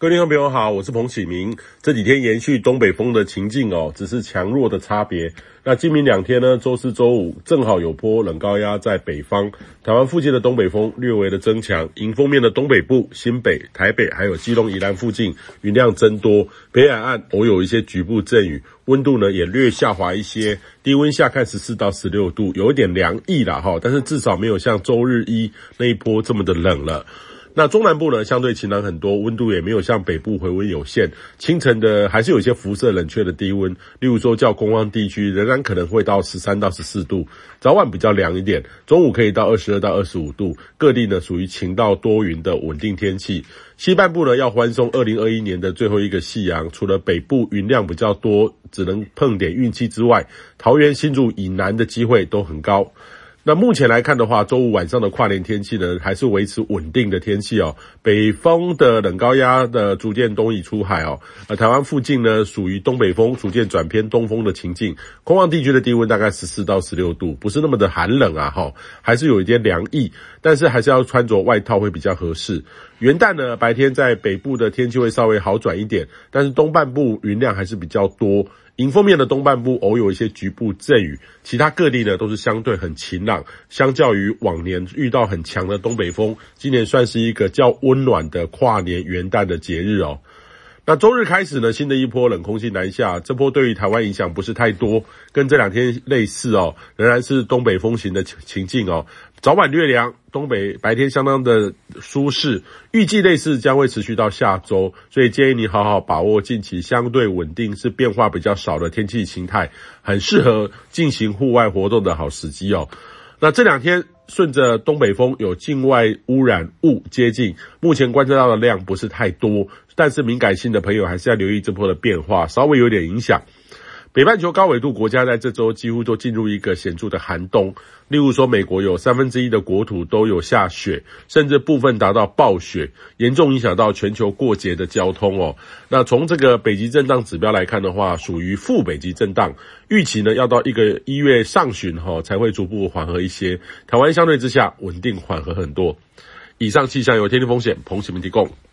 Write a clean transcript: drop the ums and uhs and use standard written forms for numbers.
各位听众朋友好，我是彭启明。这几天延续东北风的情境只是强弱的差别。那今明两天呢，周四周五正好有波冷高压在北方，台湾附近的东北风略微的增强，迎风面的东北部、新北、台北还有基隆、宜兰附近云量增多，北海岸偶有一些局部阵雨，温度呢也略下滑一些，低温下看14到16度，有一点凉意啦但是至少没有像周日一那一波这么的冷了。那中南部呢，相对晴朗很多，温度也没有像北部回温有限，清晨的还是有一些辐射冷却的低温，例如说较工汪地区仍然可能会到13到14度，早晚比较凉一点，中午可以到22到25度，各地呢属于晴到多云的稳定天气。西半部呢要欢送2021年的最后一个夕阳，除了北部云量比较多，只能碰点运气之外，桃园新竹以南的机会都很高。那目前来看的话，周五晚上的跨年天气呢，还是维持稳定的天气北风的冷高压的逐渐东移出海台湾附近呢属于东北风逐渐转偏东风的情境，空旷地区的低温大概14到16度，不是那么的寒冷还是有一点凉意，但是还是要穿着外套会比较合适。元旦呢，白天在北部的天气会稍微好转一点，但是东半部云量还是比较多，迎风面的东半部偶有一些局部阵雨，其他各地呢都是相对很晴朗，相较于往年遇到很强的东北风，今年算是一个较温暖的跨年元旦的节日那周日开始呢，新的一波冷空气南下，这波对于台湾影响不是太多，跟这两天类似仍然是东北风型的情境早晚略凉，东北白天相当的舒适，预计类似将会持续到下周，所以建议你好好把握近期相对稳定是变化比较少的天气形态，很适合进行户外活动的好时机那这两天顺着东北风有境外污染物接近，目前观测到的量不是太多，但是敏感性的朋友还是要留意这波的变化，稍微有点影响。北半球高纬度国家在这周几乎都进入一个显著的寒冬，例如说美国有1/3的国土都有下雪，甚至部分达到暴雪，严重影响到全球过节的交通那从这个北极震荡指标来看的话，属于副北极震荡，预期呢要到1月上旬才会逐步缓和一些，台湾相对之下稳定缓和很多。以上气象由天气风险彭启明提供。